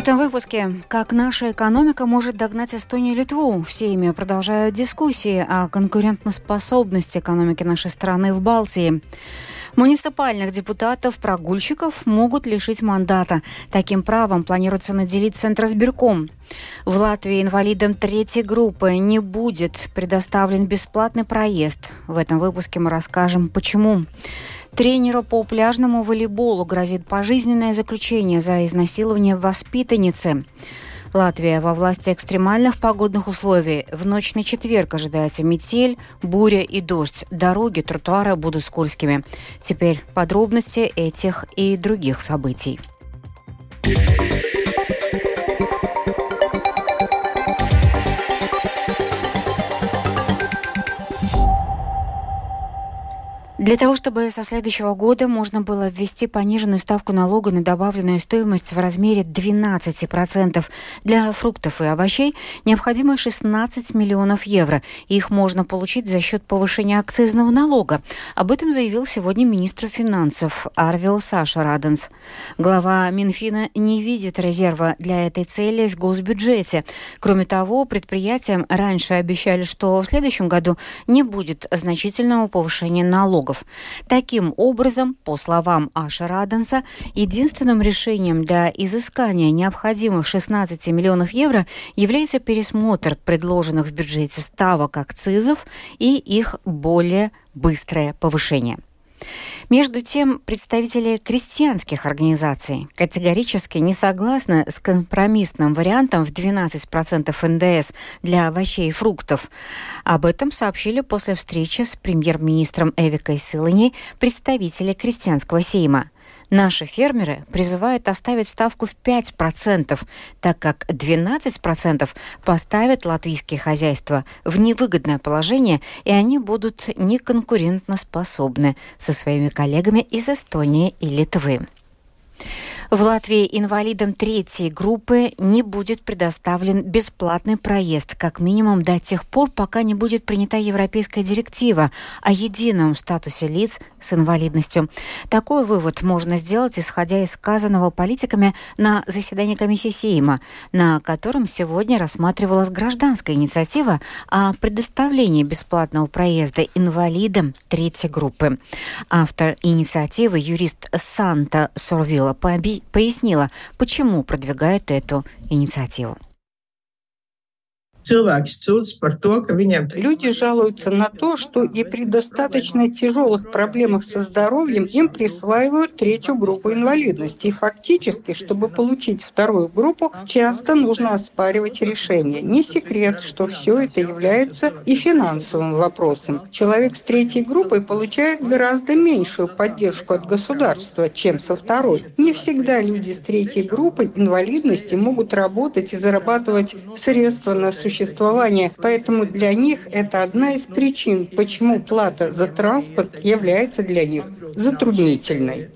этом выпуске «Как наша экономика может догнать Эстонию и Литву». В Сейме продолжают дискуссии о конкурентоспособности экономики нашей страны в Балтии. Муниципальных депутатов-прогульщиков могут лишить мандата. Таким правом планируется наделить Центризбирком. В Латвии инвалидам третьей группы не будет предоставлен бесплатный проезд. В этом выпуске мы расскажем, почему. Тренеру по пляжному волейболу грозит пожизненное заключение за изнасилование воспитанницы. Латвия во власти экстремальных погодных условий. В ночь на четверг ожидается метель, буря и дождь. Дороги, тротуары будут скользкими. Теперь подробности этих и других событий. Для того, чтобы со следующего года можно было ввести пониженную ставку налога на добавленную стоимость в размере 12% для фруктов и овощей, необходимо 16 миллионов евро. Их можно получить за счет повышения акцизного налога. Об этом заявил сегодня министр финансов Арвилс Ашараденс. Глава Минфина не видит резерва для этой цели в госбюджете. Кроме того, предприятиям раньше обещали, что в следующем году не будет значительного повышения налогов. Таким образом, по словам Ашараденса, единственным решением для изыскания необходимых 16 миллионов евро является пересмотр предложенных в бюджете ставок акцизов и их более быстрое повышение. Между тем, представители крестьянских организаций категорически не согласны с компромиссным вариантом в 12% НДС для овощей и фруктов. Об этом сообщили после встречи с премьер-министром Эвикой Силаней представители крестьянского сейма. Наши фермеры призывают оставить ставку в 5%, так как 12% поставят латвийские хозяйства в невыгодное положение, и они будут неконкурентоспособны со своими коллегами из Эстонии и Литвы. В Латвии инвалидам третьей группы не будет предоставлен бесплатный проезд, как минимум до тех пор, пока не будет принята Европейская директива о едином статусе лиц с инвалидностью. Такой вывод можно сделать, исходя из сказанного политиками на заседании комиссии Сейма, на котором сегодня рассматривалась гражданская инициатива о предоставлении бесплатного проезда инвалидам третьей группы. Автор инициативы, юрист Санта Сорвила, пояснила, почему продвигает эту инициативу. Люди жалуются на то, что и при достаточно тяжелых проблемах со здоровьем им присваивают третью группу инвалидности. И фактически, чтобы получить вторую группу, часто нужно оспаривать решение. Не секрет, что все это является и финансовым вопросом. Человек с третьей группой получает гораздо меньшую поддержку от государства, чем со второй. Не всегда люди с третьей группой инвалидности могут работать и зарабатывать средства на существование. Поэтому для них это одна из причин, почему плата за транспорт является для них затруднительной.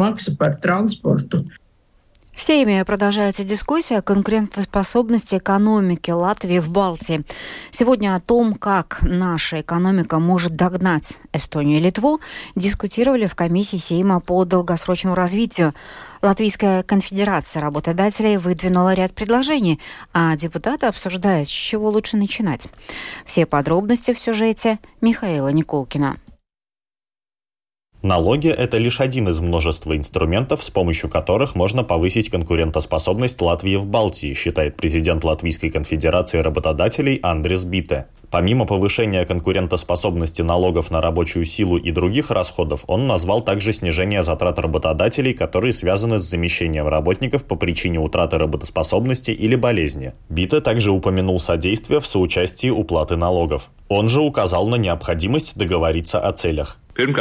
В Сейме продолжается дискуссия о конкурентоспособности экономики Латвии в Балтии. Сегодня о том, как наша экономика может догнать Эстонию и Литву, дискутировали в комиссии Сейма по долгосрочному развитию. Латвийская конфедерация работодателей выдвинула ряд предложений, а депутаты обсуждают, с чего лучше начинать. Все подробности в сюжете Михаила Николкина. Налоги – это лишь один из множества инструментов, с помощью которых можно повысить конкурентоспособность Латвии в Балтии, считает президент Латвийской конфедерации работодателей Андрис Бите. Помимо повышения конкурентоспособности налогов на рабочую силу и других расходов, он назвал также снижение затрат работодателей, которые связаны с замещением работников по причине утраты работоспособности или болезни. Бите также упомянул содействие в соучастии уплаты налогов. Он же указал на необходимость договориться о целях.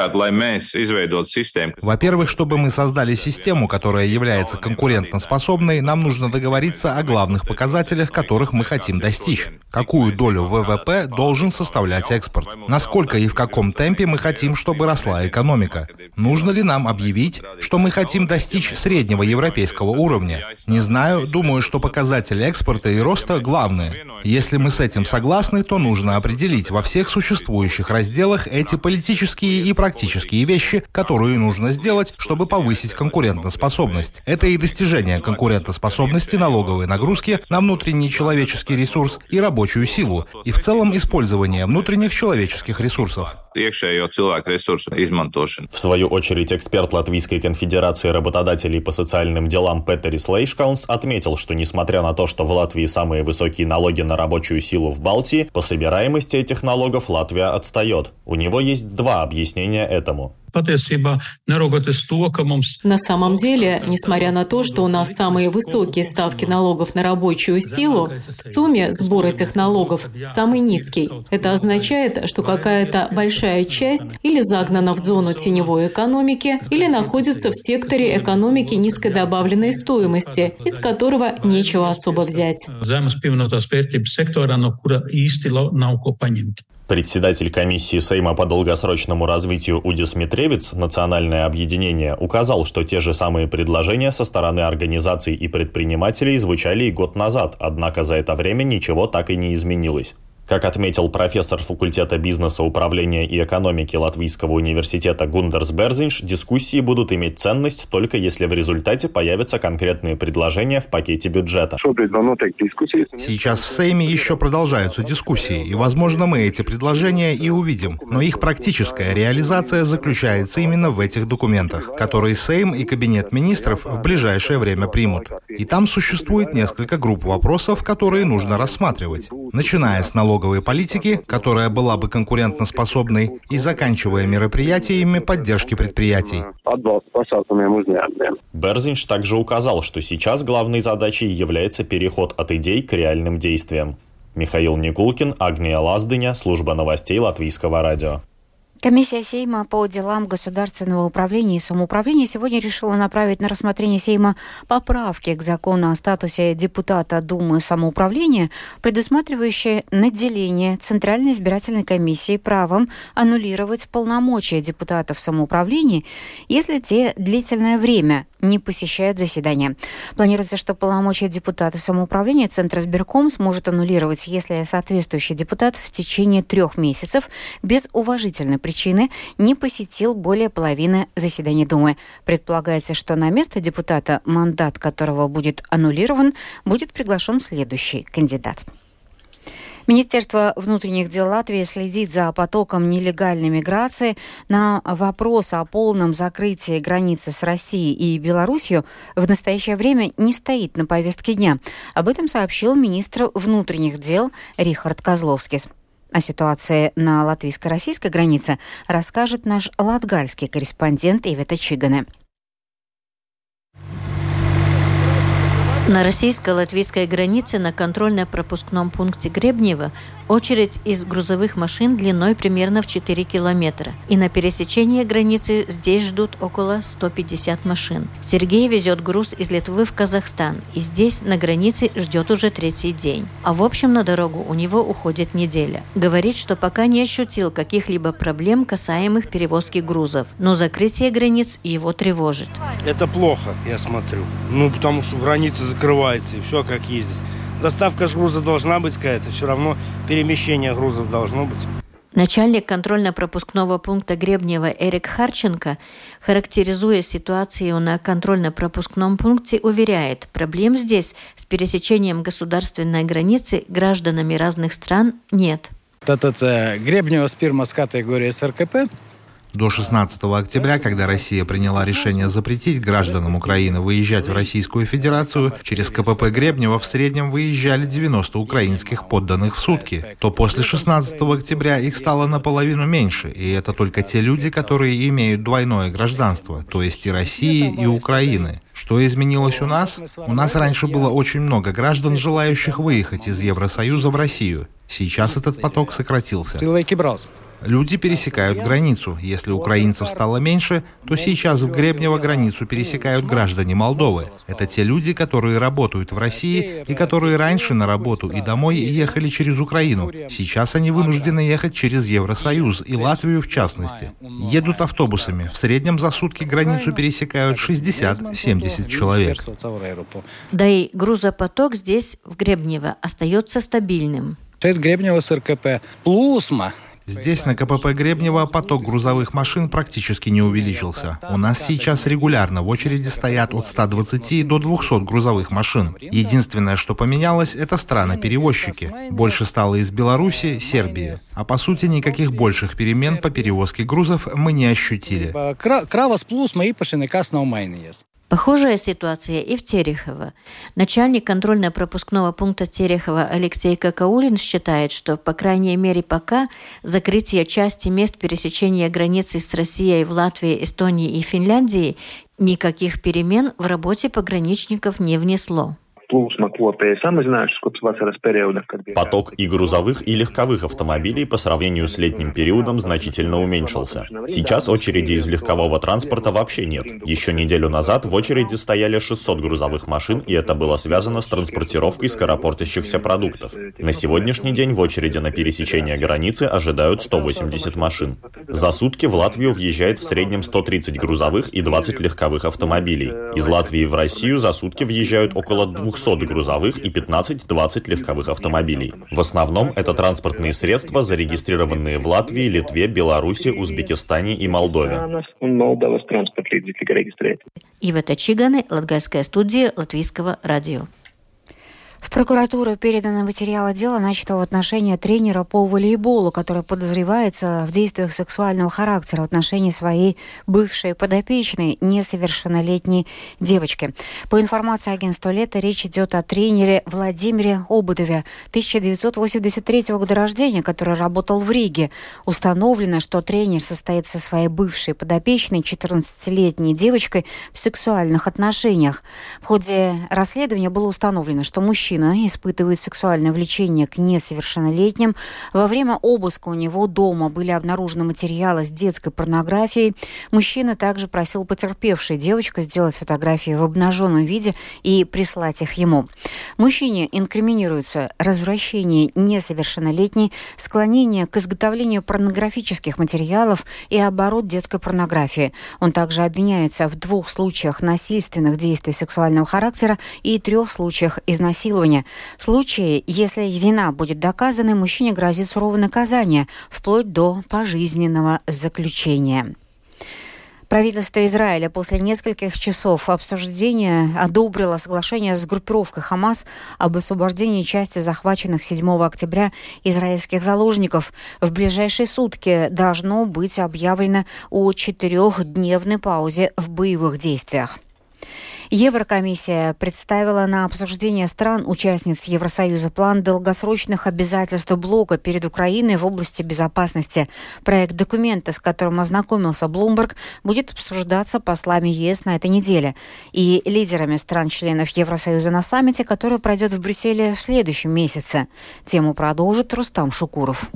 Во-первых, чтобы мы создали систему, которая является конкурентоспособной, нам нужно договориться о главных показателях, которых мы хотим достичь. Какую долю ВВП должен составлять экспорт? Насколько и в каком темпе мы хотим, чтобы росла экономика? Нужно ли нам объявить, что мы хотим достичь среднего европейского уровня? Не знаю, думаю, что показатели экспорта и роста главные. Если мы с этим согласны, то нужно определить во всех существующих разделах эти политические и практические вещи, которые нужно сделать, чтобы повысить конкурентоспособность. Это и достижение конкурентоспособности налоговой нагрузки на внутренний человеческий ресурс и рабочую силу, и в целом использование внутренних человеческих ресурсов. В свою очередь, эксперт Латвийской конфедерации работодателей по социальным делам Петерис Лейшкаунс отметил, что несмотря на то, что в Латвии самые высокие налоги на рабочую силу в Балтии, по собираемости этих налогов Латвия отстает. У него есть два объяснения этому. На самом деле, несмотря на то, что у нас самые высокие ставки налогов на рабочую силу, в сумме сбор этих налогов самый низкий. Это означает, что какая-то большая часть или загнана в зону теневой экономики, или находится в секторе экономики низкой добавленной стоимости, из которого нечего особо взять. Председатель комиссии Сейма по долгосрочному развитию Удис Митревиц, национальное объединение, указал, что те же самые предложения со стороны организаций и предпринимателей звучали и год назад, однако за это время ничего так и не изменилось. Как отметил профессор факультета бизнеса, управления и экономики Латвийского университета Гундерс Берзинш, дискуссии будут иметь ценность только если в результате появятся конкретные предложения в пакете бюджета. Сейчас в Сейме еще продолжаются дискуссии, и, возможно, мы эти предложения и увидим. Но их практическая реализация заключается именно в этих документах, которые Сейм и Кабинет министров в ближайшее время примут. И там существует несколько групп вопросов, которые нужно рассматривать, начиная с налоговой политики, которая была бы конкурентоспособной, и заканчивая мероприятиями поддержки предприятий. Берзинш также указал, что сейчас главной задачей является переход от идей к реальным действиям. Михаил Никулкин, Агния Лаздыня, служба новостей Латвийского радио. Комиссия Сейма по делам государственного управления и самоуправления сегодня решила направить на рассмотрение Сейма поправки к закону о статусе депутата Думы самоуправления, предусматривающие наделение Центральной избирательной комиссии правом аннулировать полномочия депутатов самоуправления, если те длительное время не посещают заседания. Планируется, что полномочия депутата самоуправления Центризбирком сможет аннулировать, если соответствующий депутат в течение 3 месяцев без уважительной причины не посетил более половины заседаний Думы. Предполагается, что на место депутата, мандат которого будет аннулирован, будет приглашен следующий кандидат. Министерство внутренних дел Латвии следит за потоком нелегальной миграции. На вопрос о полном закрытии границы с Россией и Беларусью в настоящее время не стоит на повестке дня. Об этом сообщил министр внутренних дел Рихард Козловскис. О ситуации на латвийско-российской границе расскажет наш латгальский корреспондент Ивета Чигане. На российско-латвийской границе на контрольно-пропускном пункте Гребнево очередь из грузовых машин длиной примерно в 4 километра. И на пересечении границы здесь ждут около 150 машин. Сергей везет груз из Литвы в Казахстан. И здесь на границе ждет уже 3-й день. А в общем на дорогу у него уходит неделя. Говорит, что пока не ощутил каких-либо проблем, касаемых перевозки грузов. Но закрытие границ его тревожит. Это плохо, я смотрю. Потому что граница закрывается, и все как ездить. Доставка груза должна быть какая-то, все равно перемещение грузов должно быть. Начальник контрольно-пропускного пункта Гребнева Эрик Харченко, характеризуя ситуацию на контрольно-пропускном пункте, уверяет, проблем здесь с пересечением государственной границы гражданами разных стран нет. Гребнево с pirmās kategorijas РКП. До 16 октября, когда Россия приняла решение запретить гражданам Украины выезжать в Российскую Федерацию, через КПП Гребнева в среднем выезжали 90 украинских подданных в сутки, то после 16 октября их стало наполовину меньше, и это только те люди, которые имеют двойное гражданство, то есть и России, и Украины. Что изменилось у нас? У нас раньше было очень много граждан, желающих выехать из Евросоюза в Россию. Сейчас этот поток сократился. Люди пересекают границу. Если украинцев стало меньше, то сейчас в Гребнево границу пересекают граждане Молдовы. Это те люди, которые работают в России и которые раньше на работу и домой ехали через Украину. Сейчас они вынуждены ехать через Евросоюз и Латвию в частности. Едут автобусами. В среднем за сутки границу пересекают 60-70 человек. Да и грузопоток здесь, в Гребнево, остается стабильным. Гребнево с РКП. Плусма. Здесь, на КПП Гребнева, поток грузовых машин практически не увеличился. У нас сейчас регулярно в очереди стоят от 120 до 200 грузовых машин. Единственное, что поменялось, это страны-перевозчики. Больше стало из Беларуси, Сербии. А по сути, никаких больших перемен по перевозке грузов мы не ощутили. Похожая ситуация и в Терехово. Начальник контрольно-пропускного пункта Терехово Алексей Какаулин считает, что, по крайней мере, пока закрытие части мест пересечения границы с Россией в Латвии, Эстонии и Финляндии никаких перемен в работе пограничников не внесло. Поток и грузовых, и легковых автомобилей по сравнению с летним периодом значительно уменьшился. Сейчас очереди из легкового транспорта вообще нет. Еще неделю назад в очереди стояли 600 грузовых машин, и это было связано с транспортировкой скоропортящихся продуктов. На сегодняшний день в очереди на пересечение границы ожидают 180 машин. За сутки в Латвию въезжает в среднем 130 грузовых и 20 легковых автомобилей. Из Латвии в Россию за сутки въезжают около 200 грузовых и 15-20 легковых автомобилей. В основном это транспортные средства, зарегистрированные в Латвии, Литве, Беларуси, Узбекистане и Молдове. Ивета Чиганы, Латгальская студия Латвийского радио. В прокуратуру переданы материалы дела, начатого в отношении тренера по волейболу, который подозревается в действиях сексуального характера в отношении своей бывшей подопечной, несовершеннолетней девочки. По информации агентства «Лето», речь идет о тренере Владимире Обудове, 1983 года рождения, который работал в Риге. Установлено, что тренер состоит со своей бывшей подопечной, 14-летней девочкой, в сексуальных отношениях. В ходе расследования было установлено, что мужчина испытывает сексуальное влечение к несовершеннолетним. Во время обыска у него дома были обнаружены материалы с детской порнографией. Мужчина также просил потерпевшей девочку сделать фотографии в обнаженном виде и прислать их ему. Мужчине инкриминируется развращение несовершеннолетней, склонение к изготовлению порнографических материалов и оборот детской порнографии. Он также обвиняется в 2 случаях насильственных действий сексуального характера и 3 случаях изнасилования. В случае, если вина будет доказана, мужчине грозит суровое наказание, вплоть до пожизненного заключения. Правительство Израиля после нескольких часов обсуждения одобрило соглашение с группировкой «Хамас» об освобождении части захваченных 7 октября израильских заложников. В ближайшие сутки должно быть объявлено о 4-дневной паузе в боевых действиях. Еврокомиссия представила на обсуждение стран-участниц Евросоюза план долгосрочных обязательств блока перед Украиной в области безопасности. Проект документа, с которым ознакомился Bloomberg, будет обсуждаться послами ЕС на этой неделе и лидерами стран-членов Евросоюза на саммите, который пройдет в Брюсселе в следующем месяце. Тему продолжит Рустам Шукуров.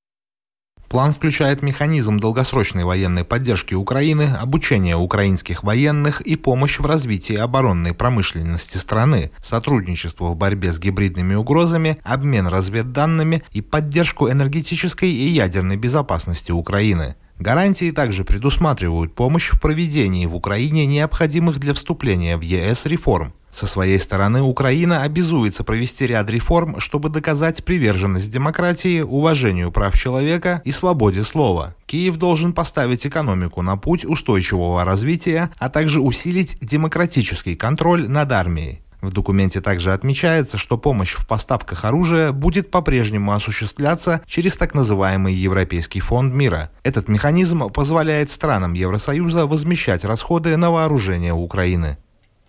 План включает механизм долгосрочной военной поддержки Украины, обучение украинских военных и помощь в развитии оборонной промышленности страны, сотрудничество в борьбе с гибридными угрозами, обмен разведданными и поддержку энергетической и ядерной безопасности Украины. Гарантии также предусматривают помощь в проведении в Украине необходимых для вступления в ЕС реформ. Со своей стороны, Украина обязуется провести ряд реформ, чтобы доказать приверженность демократии, уважению прав человека и свободе слова. Киев должен поставить экономику на путь устойчивого развития, а также усилить демократический контроль над армией. В документе также отмечается, что помощь в поставках оружия будет по-прежнему осуществляться через так называемый Европейский фонд мира. Этот механизм позволяет странам Евросоюза возмещать расходы на вооружение Украины.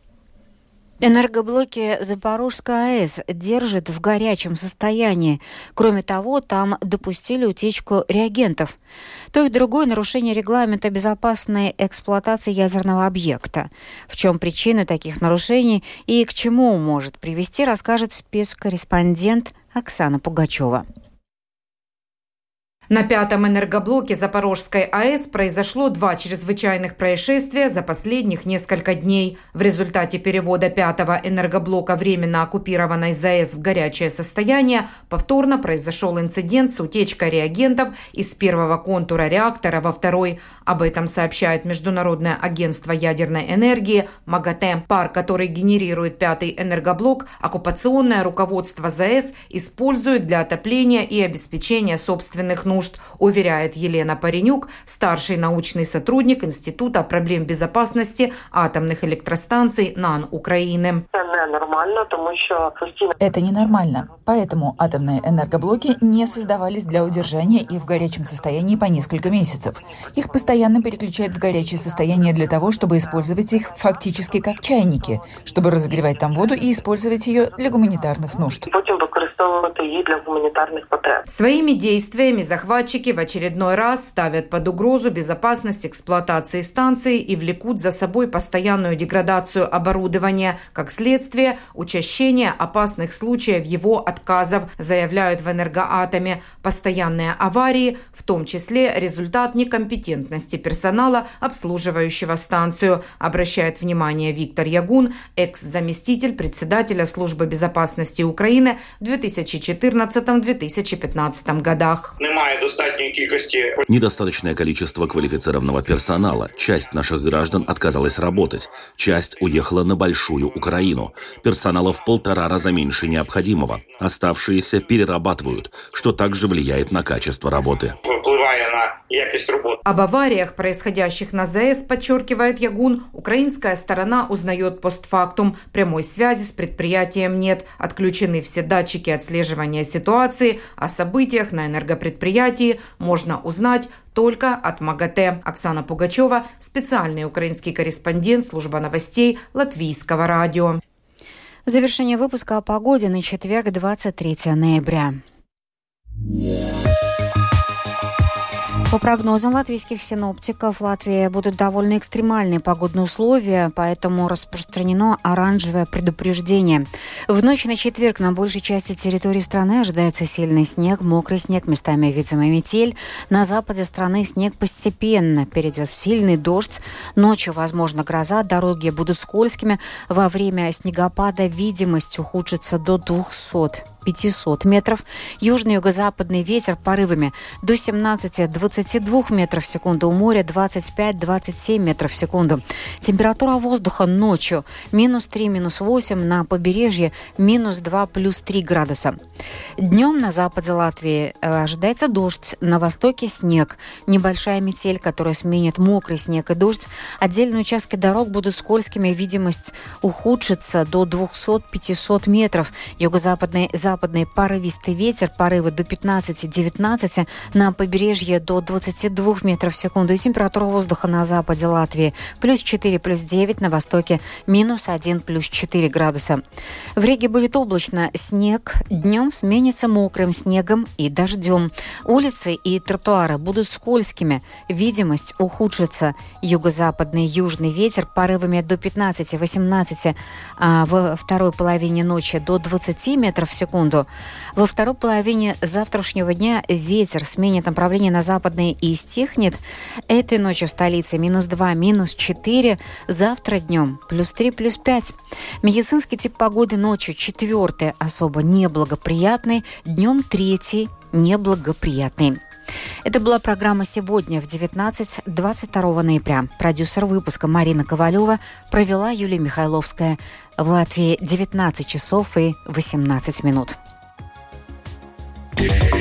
Энергоблоки Запорожской АЭС держат в горячем состоянии. Кроме того, там допустили утечку реагентов. То и другое нарушение регламента безопасной эксплуатации ядерного объекта. В чем причины таких нарушений и к чему может привести, расскажет спецкорреспондент Оксана Пугачева. На 5-м энергоблоке Запорожской АЭС произошло 2 чрезвычайных происшествия за последних несколько дней. В результате перевода 5-го энергоблока временно оккупированной ЗАЭС в горячее состояние повторно произошел инцидент с утечкой реагентов из первого контура реактора во второй. Об этом сообщает Международное агентство ядерной энергии МАГАТЭ. Пар, который генерирует 5-й энергоблок, оккупационное руководство ЗАЭС использует для отопления и обеспечения собственных нужд, уверяет Елена Паренюк, старший научный сотрудник Института проблем безопасности атомных электростанций НАН Украины. Это ненормально. Поэтому атомные энергоблоки не создавались для удержания и в горячем состоянии по несколько месяцев. Их постоянно переключают в горячее состояние для того, чтобы использовать их фактически как чайники, чтобы разогревать там воду и использовать ее для гуманитарных нужд. Своими действиями захватчики в очередной раз ставят под угрозу безопасность эксплуатации станции и влекут за собой постоянную деградацию оборудования, как следствие учащения опасных случаев его отказов, заявляют в Энергоатоме. Постоянные аварии, в том числе результат некомпетентности персонала, обслуживающего станцию, обращает внимание Виктор Ягун, экс-заместитель председателя Службы безопасности Украины в 2014-2015 годах. Недостаточное количество квалифицированного персонала. Часть наших граждан отказалась работать. Часть уехала на Большую Украину. Персонала в 1,5 раза меньше необходимого. Оставшиеся перерабатывают, что также влияет на качество работы. Об авариях, происходящих на ЗАЭС, подчеркивает Ягун, украинская сторона узнает постфактум. Прямой связи с предприятием нет. Отключены все датчики отслеживания ситуации. О событиях на энергопредприятии можно узнать только от МАГАТЭ. Оксана Пугачева, специальный украинский корреспондент, служба новостей Латвийского радио. Завершение выпуска о погоде на четверг, 23 ноября. По прогнозам латвийских синоптиков, в Латвии будут довольно экстремальные погодные условия, поэтому распространено оранжевое предупреждение. В ночь на четверг на большей части территории страны ожидается сильный снег, мокрый снег, местами видимая метель. На западе страны снег постепенно перейдет в сильный дождь. Ночью, возможно, гроза, дороги будут скользкими. Во время снегопада видимость ухудшится до 200-500 метров. Южный юго-западный ветер порывами до 17-22 метров в секунду, у моря 25-27 метров в секунду. Температура воздуха ночью -3, -8, на побережье -2, +3 градуса. Днем на западе Латвии ожидается дождь, на востоке снег, небольшая метель, которая сменит мокрый снег и дождь. Отдельные участки дорог будут скользкими, видимость ухудшится до 200-500 метров. Юго-западный западный порывистый ветер, порывы до 15-19, на побережье до 22 метров в секунду. И температура воздуха на западе Латвии +4, +9, на востоке -1, +4 градуса. В Риге будет облачно, снег днем сменится мокрым снегом и дождем. Улицы и тротуары будут скользкими, видимость ухудшится. Юго-западный южный ветер порывами до 15-18, а во второй половине ночи до 20 метров в секунду. Во второй половине завтрашнего дня ветер сменит направление на западный и стихнет. Этой ночью в столице -2, -4. Завтра днем +3, +5. Медицинский тип погоды ночью 4 особо неблагоприятный, днем 3 неблагоприятный. Это была программа «Сегодня» в 19-22 ноября. Продюсер выпуска Марина Ковалева, провела Юлия Михайловская. В Латвии 19 часов и 18 минут.